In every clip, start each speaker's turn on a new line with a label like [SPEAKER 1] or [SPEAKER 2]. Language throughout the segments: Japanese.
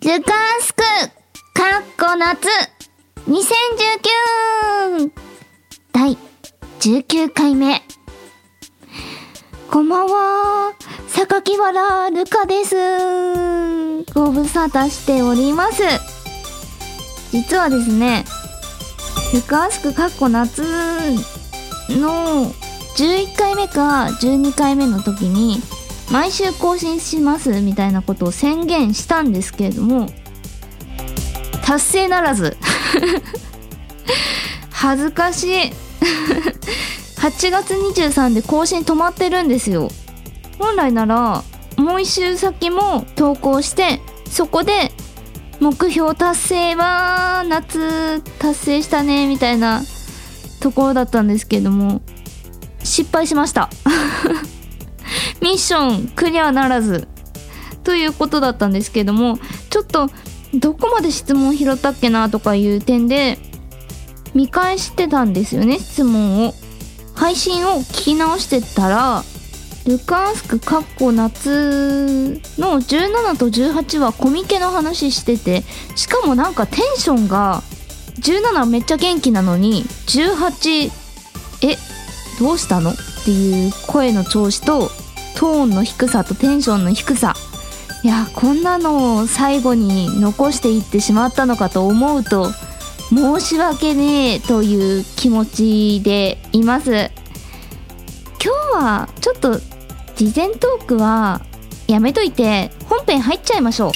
[SPEAKER 1] ルカンスクかっこ夏2019第19回目。こんばんは、榊原ルカです。ご無沙汰しております。実はですね、ルカンスクかっこ夏の11回目か12回目の時に毎週更新しますみたいなことを宣言したんですけれども、達成ならず恥ずかしい8月23で更新止まってるんですよ。本来ならもう一週先も投稿して、そこで目標達成は夏達成したねみたいなところだったんですけれども、失敗しましたミッションクリアならずということだったんですけれども、ちょっとどこまで質問拾ったっけなとかいう点で見返してたんですよね。質問を配信を聞き直してたら、ルカンスクかっこ夏の17と18はコミケの話してて、しかもなんかテンションが17めっちゃ元気なのに18どうしたのっていう声の調子とトーンの低さとテンションの低さ、いやこんなのを最後に残していってしまったのかと思うと申し訳ねえという気持ちでいます。今日はちょっと事前トークはやめといて本編入っちゃいましょう。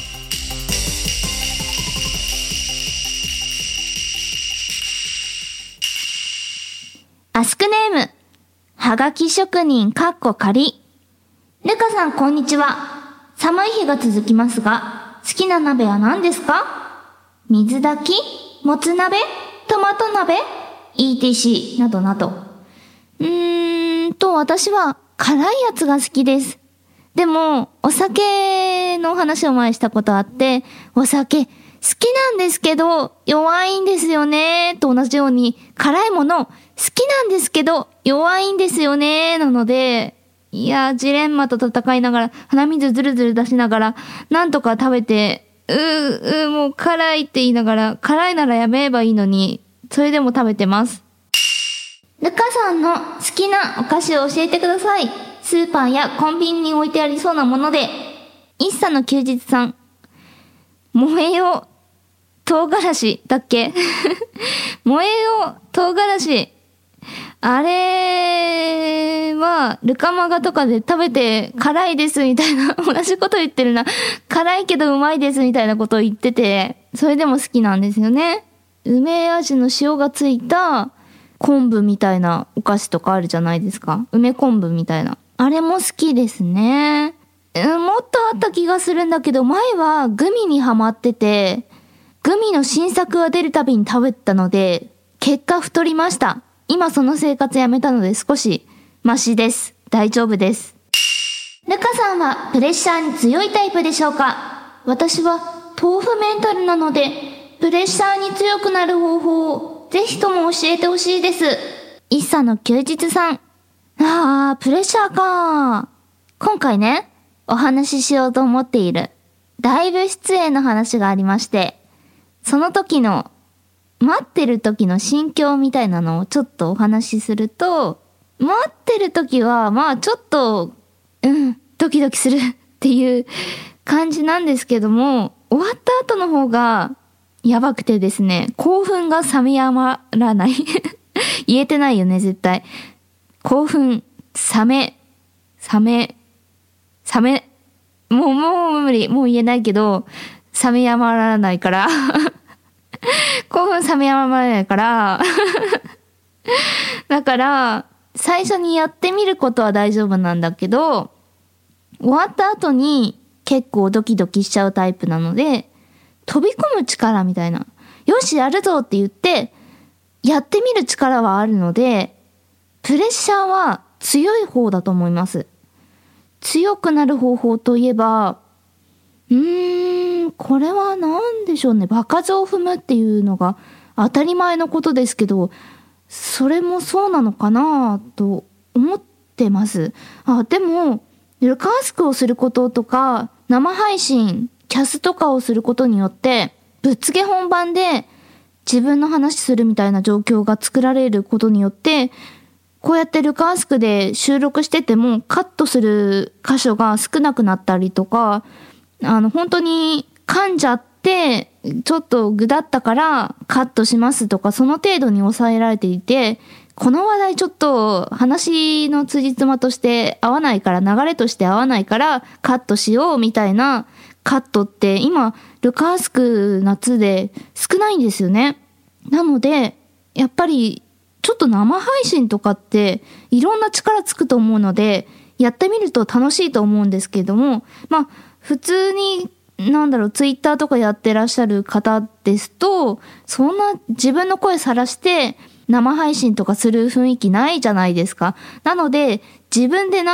[SPEAKER 1] アスクネームはがき職人かっこ仮。ルカさんこんにちは。寒い日が続きますが好きな鍋は何ですか？水炊き、もつ鍋、トマト鍋、ETC などなど。私は辛いやつが好きです。でもお酒の話を前したことあって、お酒好きなんですけど弱いんですよねと同じように、辛いもの好きなんですけど弱いんですよねなので、いやジレンマと戦いながら鼻水ずるずる出しながらなんとか食べて、もう辛いって言いながら、辛いならやめればいいのにそれでも食べてます。ルカさんの好きなお菓子を教えてください。スーパーやコンビニに置いてありそうなもので。一茶の休日さん、萌えよ唐辛子だっけ萌えよ唐辛子、あれはルカマガとかで食べて辛いですみたいな同じこと言ってるな。辛いけどうまいですみたいなことを言ってて、それでも好きなんですよね。梅味の塩がついた昆布みたいなお菓子とかあるじゃないですか。梅昆布みたいな、あれも好きですね。もっとあった気がするんだけど、前はグミにハマってて、グミの新作が出るたびに食べたので結果太りました。今その生活やめたので少しマシです。大丈夫です。ルカさんはプレッシャーに強いタイプでしょうか？私は豆腐メンタルなので、プレッシャーに強くなる方法をぜひとも教えてほしいです。一茶の休日さん、プレッシャーか。今回ね、お話ししようと思っているライブ出演の話がありまして、その時の待ってる時の心境みたいなのをちょっとお話しすると、待ってる時はちょっとドキドキするっていう感じなんですけども、終わった後の方がやばくてですね、興奮が冷めやまらない言えてないよね絶対。興奮冷めもう無理、もう言えないけど冷めやまらないから興奮冷めやまらないからだから最初にやってみることは大丈夫なんだけど、終わった後に結構ドキドキしちゃうタイプなので、飛び込む力みたいな、よしやるぞって言ってやってみる力はあるので、プレッシャーは強い方だと思います。強くなる方法といえば、これは何でしょうね。場数を踏むっていうのが当たり前のことですけど、それもそうなのかなと思ってます。でもルカンスクをすることとか生配信キャスとかをすることによって、ぶっつけ本番で自分の話するみたいな状況が作られることによって、こうやってルカースクで収録しててもカットする箇所が少なくなったりとか、本当に噛んじゃってちょっとぐだったからカットしますとか、その程度に抑えられていて、この話題ちょっと話の辻褄として合わないから、流れとして合わないからカットしようみたいなカットって今ルカースク夏で少ないんですよね。なのでやっぱりちょっと生配信とかっていろんな力つくと思うので、やってみると楽しいと思うんですけれども、普通にツイッターとかやってらっしゃる方ですと、そんな自分の声さらして生配信とかする雰囲気ないじゃないですか。なので自分で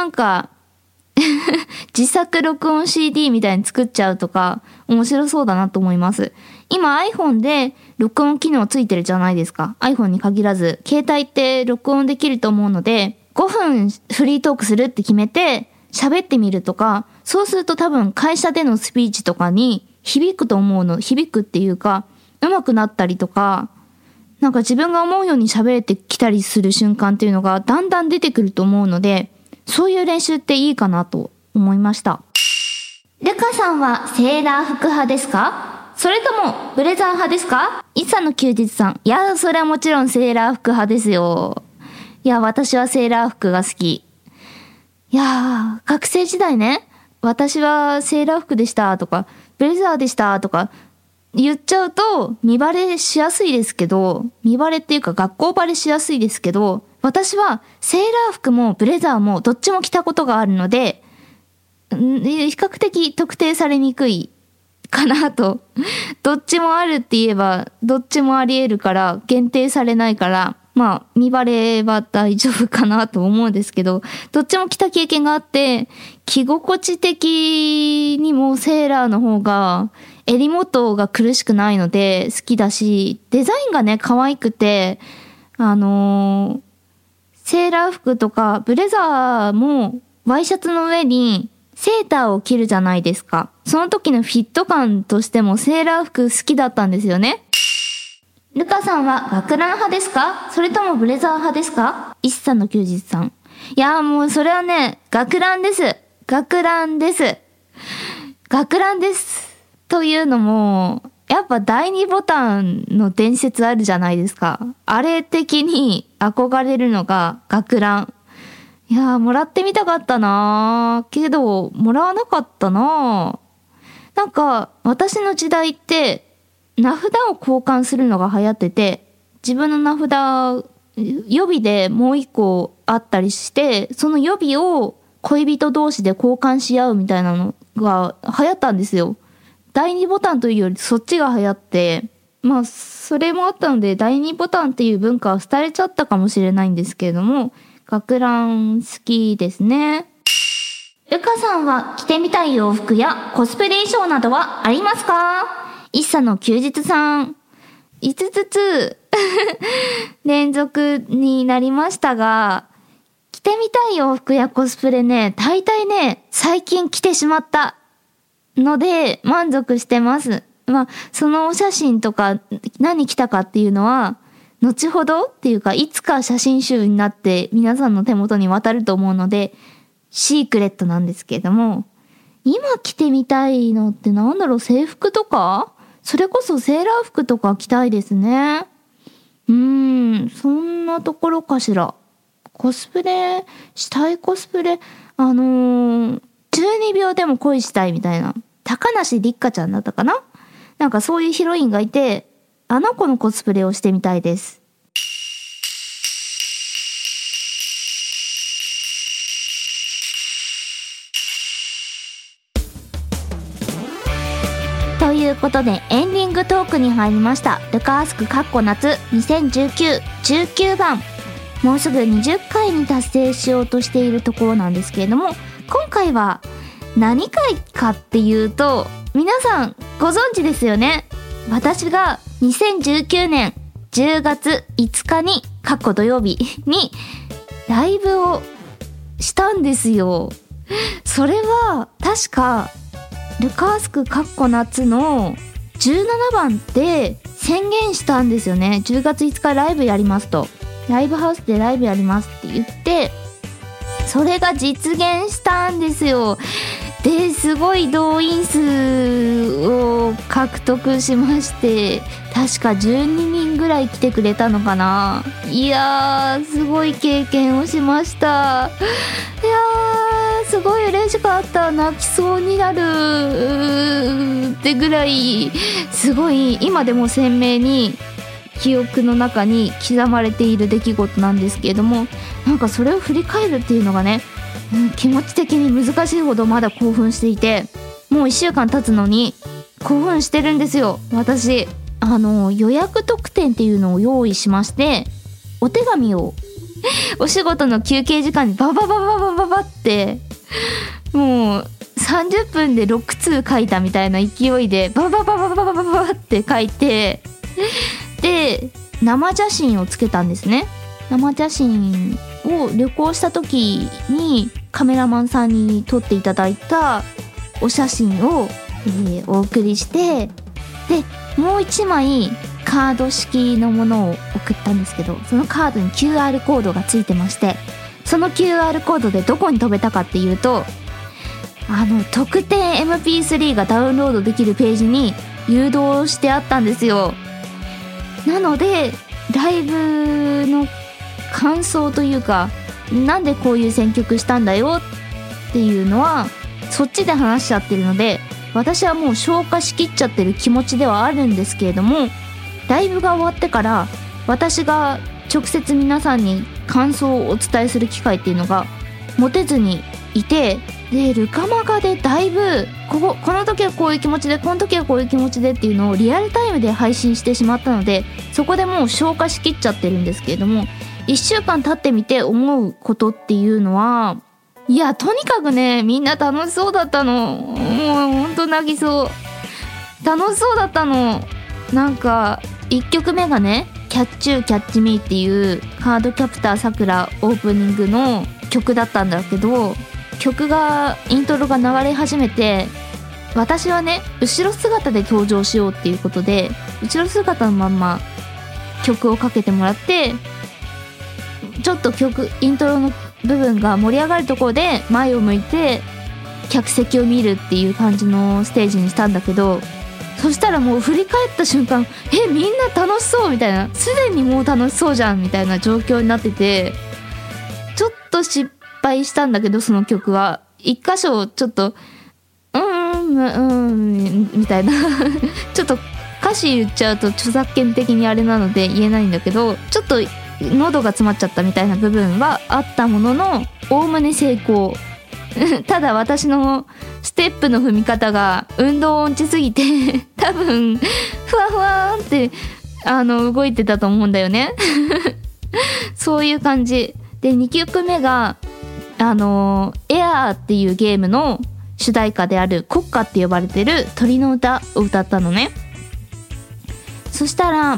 [SPEAKER 1] 自作録音 CD みたいに作っちゃうとか面白そうだなと思います。今 iPhone で録音機能ついてるじゃないですか。 iPhone に限らず携帯って録音できると思うので、5分フリートークするって決めて喋ってみるとか、そうすると多分会社でのスピーチとかに響くと思うの。響くっていうか上手くなったりとか、自分が思うように喋れてきたりする瞬間っていうのがだんだん出てくると思うので、そういう練習っていいかなと思いました。ルカさんはセーラー服派ですか？それともブレザー派ですか？イサの休日さん。いや、それはもちろんセーラー服派ですよ。いや、私はセーラー服が好き。いやー、学生時代ね、私はセーラー服でしたとか、ブレザーでしたとか言っちゃうと見バレしやすいですけど、見バレっていうか学校バレしやすいですけど、私はセーラー服もブレザーもどっちも着たことがあるので、比較的特定されにくいかなと。どっちもあるって言えばどっちもあり得るから限定されないから、見バレは大丈夫かなと思うんですけど、どっちも着た経験があって、着心地的にもセーラーの方が襟元が苦しくないので好きだし、デザインがね可愛くて、セーラー服とかブレザーもワイシャツの上にセーターを着るじゃないですか。その時のフィット感としてもセーラー服好きだったんですよね。ルカさんは学ラン派ですか？それともブレザー派ですか？一茶の休日さん。いやもうそれはね、学ランです。学ランです。学ランです。というのも、やっぱ第2ボタンの伝説あるじゃないですか。あれ的に憧れるのが学ラン。いやもらってみたかったなけど、もらわなかったな。私の時代って名札を交換するのが流行ってて、自分の名札予備でもう一個あったりして、その予備を恋人同士で交換し合うみたいなのが流行ったんですよ。第2ボタンというよりそっちが流行って、それもあったので第2ボタンっていう文化は廃れちゃったかもしれないんですけれども、学ラン好きですね。ルカさんは着てみたい洋服やコスプレ衣装などはありますか？一茶の休日さん。5つ連続になりましたが、着てみたい洋服やコスプレね、大体ね、最近着てしまったので満足してます。そのお写真とか何着たかっていうのは後ほどっていうか、いつか写真集になって皆さんの手元に渡ると思うのでシークレットなんですけれども、今着てみたいのって制服とか、それこそセーラー服とか着たいですね。そんなところかしら。コスプレしたいコスプレ、12秒でも恋したいみたいな、高梨立花ちゃんだったかな、そういうヒロインがいて、あの子のコスプレをしてみたいです。ということでエンディングトークに入りました。ルカースク夏2019 19番、もうすぐ20回に達成しようとしているところなんですけれども、今回は何回かっていうと、皆さんご存知ですよね。私が2019年10月5日に土曜日にライブをしたんですよ。それは確かルカースク夏の17番って宣言したんですよね。10月5日ライブやりますと、ライブハウスでライブやりますって言って、それが実現したんですよ。ですごい動員数を獲得しまして、確か12人ぐらい来てくれたのかな。いやー、すごい経験をしました。いやー、すごい嬉しかった。泣きそうになるってぐらい、すごい今でも鮮明に記憶の中に刻まれている出来事なんですけれども、なんかそれを振り返るっていうのがね、気持ち的に難しいほどまだ興奮していて、もう1週間経つのに興奮してるんですよ。私予約特典っていうのを用意しまして、お手紙をお仕事の休憩時間にバババババババってもう30分で6通書いたみたいな勢いでババババババババって書いて、で生写真をつけたんですね。生写真を旅行した時にカメラマンさんに撮っていただいたお写真を、お送りして、でもう一枚カード式のものを送ったんですけど、そのカードに QR コードがついてまして、その QR コードでどこに飛べたかっていうと、特典 MP3 がダウンロードできるページに誘導してあったんですよ。なのでライブの感想というか、なんでこういう選曲したんだよっていうのはそっちで話しちゃってるので、私はもう消化しきっちゃってる気持ちではあるんですけれども、ライブが終わってから私が直接皆さんに感想をお伝えする機会っていうのが持てずにいて、でルカマガでだいぶこの時はこういう気持ちで、この時はこういう気持ちでっていうのをリアルタイムで配信してしまったので、そこでもう消化しきっちゃってるんですけれども、1週間経ってみて思うことっていうのは、いやとにかくね、みんな楽しそうだったの。もうほんと泣きそう。楽しそうだったの。なんか1曲目がね、キャッチューキャッチミーっていうカードキャプターさくらオープニングの曲だったんだけど、曲がイントロが流れ始めて、私はね後ろ姿で登場しようっていうことで後ろ姿のまんま曲をかけてもらって、ちょっとイントロの部分が盛り上がるところで前を向いて客席を見るっていう感じのステージにしたんだけど、そしたらもう振り返った瞬間、みんな楽しそうみたいな、すでにもう楽しそうじゃんみたいな状況になってて、ちょっと失敗したんだけど、その曲は一箇所ちょっとみたいなちょっと歌詞言っちゃうと著作権的にあれなので言えないんだけど、ちょっと喉が詰まっちゃったみたいな部分はあったものの、おおむね成功ただ私のステップの踏み方が運動音痴すぎて多分ふわふわーって動いてたと思うんだよねそういう感じで、2曲目がエアーっていうゲームの主題歌である国歌って呼ばれてる鳥の歌を歌ったのね。そしたら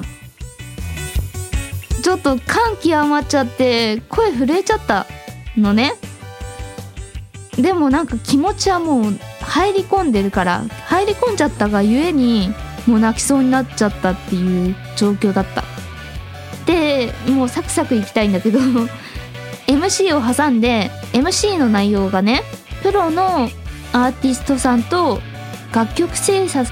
[SPEAKER 1] ちょっと感極まっちゃって声震えちゃったのね。でもなんか気持ちはもう入り込んでるから、入り込んじゃったがゆえにもう泣きそうになっちゃったっていう状況だった。でもうサクサクいきたいんだけどMC を挟んで、 MC の内容がね、プロのアーティストさんと楽曲制作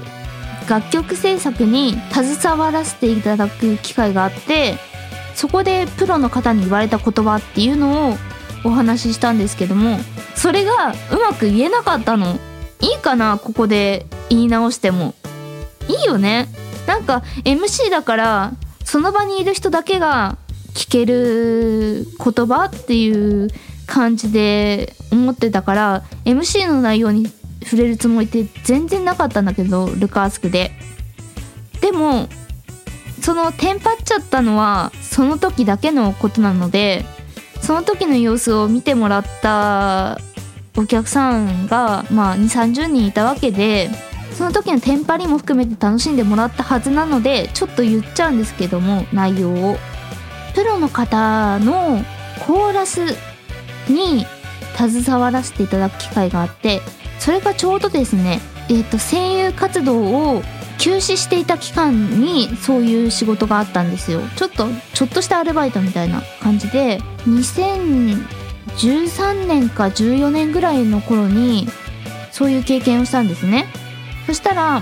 [SPEAKER 1] に携わらせていただく機会があって、そこでプロの方に言われた言葉っていうのをお話ししたんですけども、それがうまく言えなかったの。いいかな、ここで言い直しても。いいよね。なんか MC だからその場にいる人だけが聞ける言葉っていう感じで思ってたから MC の内容に触れるつもりって全然なかったんだけど、ルカースクで。でもそのテンパっちゃったのはその時だけのことなので、その時の様子を見てもらったお客さんが2,30 人いたわけで、その時のテンパりも含めて楽しんでもらったはずなので、ちょっと言っちゃうんですけども、内容をプロの方のコーラスに携わらせていただく機会があって、 それがちょうどですね、声優活動を休止していた期間にそういう仕事があったんですよ。ちょっとしたアルバイトみたいな感じで、2013年か14年ぐらいの頃にそういう経験をしたんですね。そしたら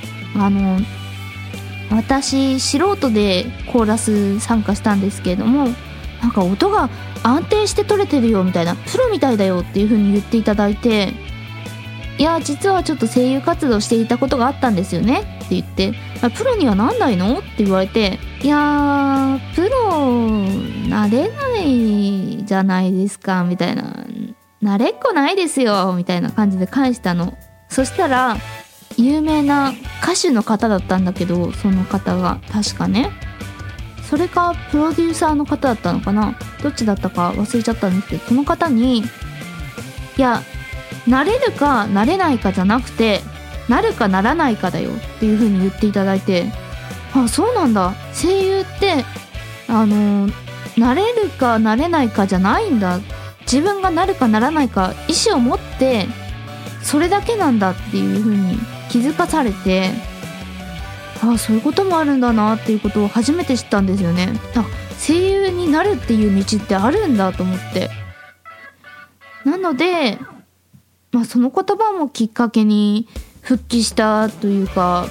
[SPEAKER 1] 私素人でコーラス参加したんですけれども、なんか音が安定して取れてるよみたいな、プロみたいだよっていう風に言っていただいて、いや実はちょっと声優活動していたことがあったんですよねって言って、プロにはなんないのって言われて、いやープロなれないじゃないですかみたいな、なれっこないですよみたいな感じで返したの。そしたら有名な歌手の方だったんだけど、その方が確かね、それかプロデューサーの方だったのかな、どっちだったか忘れちゃったんですけど、その方に、いやなれるかなれないかじゃなくてなるかならないかだよっていう風に言っていただいて、あ、そうなんだ、声優ってなれるかなれないかじゃないんだ、自分がなるかならないか意思を持ってそれだけなんだっていう風に気づかされて、あ、そういうこともあるんだなっていうことを初めて知ったんですよね。声優になるっていう道ってあるんだと思って。なのでその言葉もきっかけに復帰したというか、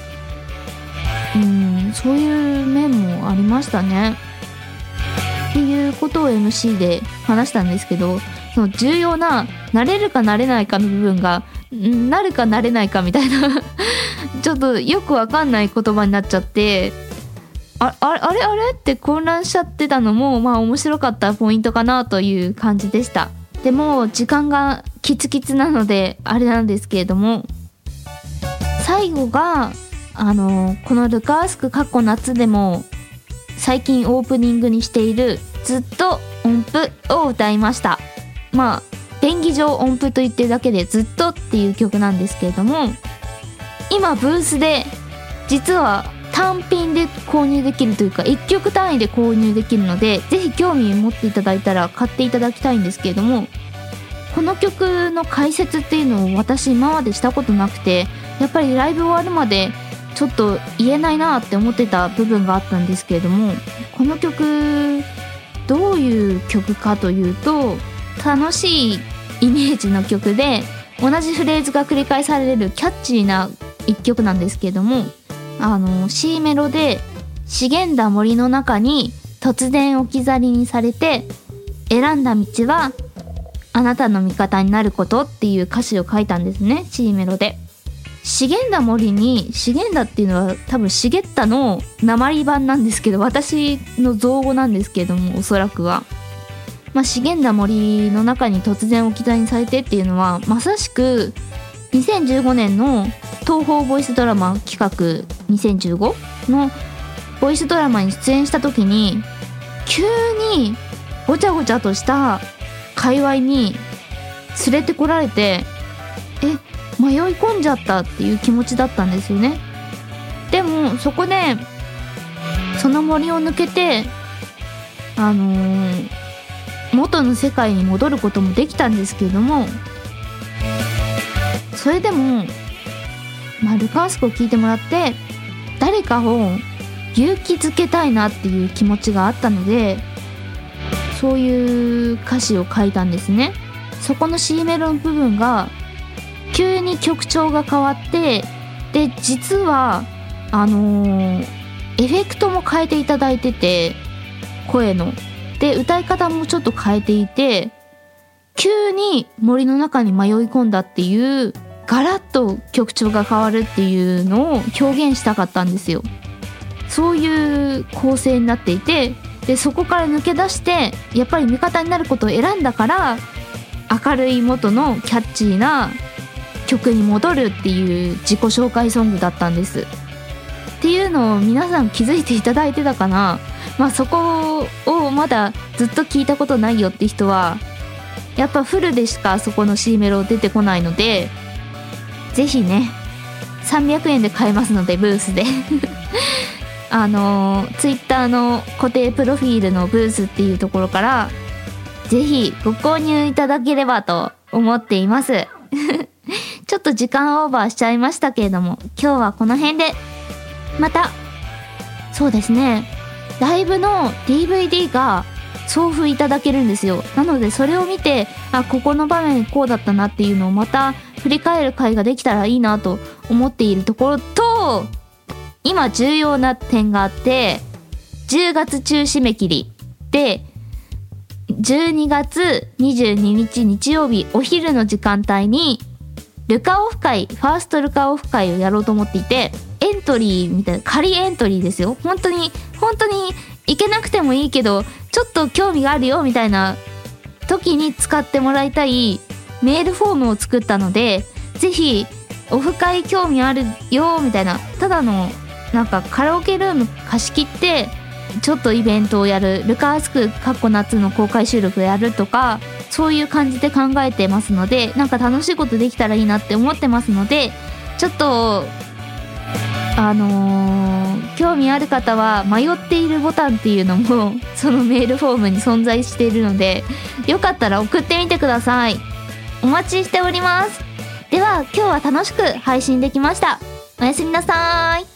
[SPEAKER 1] そういう面もありましたねっていうことを MC で話したんですけど、その重要ななれるかなれないかの部分がなるかなれないかみたいなちょっとよくわかんない言葉になっちゃって、あれって混乱しちゃってたのも面白かったポイントかなという感じでした。でも時間がキツキツなのであれなんですけれども、最後がこのルカースク夏でも最近オープニングにしているずっと音符を歌いました。便宜上音符と言ってるだけでずっとっていう曲なんですけれども、今ブースで実は単品で購入できるというか1曲単位で購入できるので、ぜひ興味を持っていただいたら買っていただきたいんですけれども、この曲の解説っていうのを私今までしたことなくて、やっぱりライブ終わるまでちょっと言えないなって思ってた部分があったんですけれども、この曲どういう曲かというと、楽しいイメージの曲で同じフレーズが繰り返されるキャッチーな一曲なんですけれども、C メロで茂んだ森の中に突然置き去りにされて選んだ道はあなたの味方になることっていう歌詞を書いたんですね、 C メロで。茂んだ森に、茂んだっていうのは多分茂ったの訛り版なんですけど、私の造語なんですけれども、おそらくは茂んだ森の中に突然置き去りにされてっていうのは、まさしく2015年の東宝ボイスドラマ企画2015のボイスドラマに出演した時に急にごちゃごちゃとした界隈に連れてこられて、迷い込んじゃったっていう気持ちだったんですよね。でもそこでその森を抜けて元の世界に戻ることもできたんですけれども、それでもルカースクを聴いてもらって誰かを勇気づけたいなっていう気持ちがあったので、そういう歌詞を書いたんですね。そこの C メロの部分が急に曲調が変わって、で実はエフェクトも変えていただいてて、声ので歌い方もちょっと変えていて、急に森の中に迷い込んだっていう、ガラッと曲調が変わるっていうのを表現したかったんですよ。そういう構成になっていて、でそこから抜け出してやっぱり味方になることを選んだから、明るい元のキャッチーな曲に戻るっていう自己紹介ソングだったんですっていうのを皆さん気づいていただいてたかな。そこをまだずっと聞いたことないよって人はやっぱフルでしかそこの C メロ出てこないので、ぜひね300円で買えますので、ブースでTwitter の固定プロフィールのブースっていうところからぜひご購入いただければと思っていますちょっと時間オーバーしちゃいましたけれども、今日はこの辺で。また、そうですね、ライブの DVD が送付いただけるんですよ。なのでそれを見て、ここの場面こうだったなっていうのをまた振り返る回ができたらいいなと思っているところと、今重要な点があって、10月中締め切りで、12月22日日曜日お昼の時間帯にルカオフ会、ファーストルカオフ会をやろうと思っていて、エントリーみたいな、仮エントリーですよ。本当に行けなくてもいいけどちょっと興味があるよみたいな時に使ってもらいたいメールフォームを作ったので、ぜひオフ会興味あるよみたいな、ただのなんかカラオケルーム貸し切ってちょっとイベントをやる、ルカアスク夏の公開収録をやるとか、そういう感じで考えてますので、なんか楽しいことできたらいいなって思ってますので、ちょっと興味ある方は迷っているボタンっていうのもそのメールフォームに存在しているので、よかったら送ってみてください。お待ちしております。では今日は楽しく配信できました。おやすみなさーい。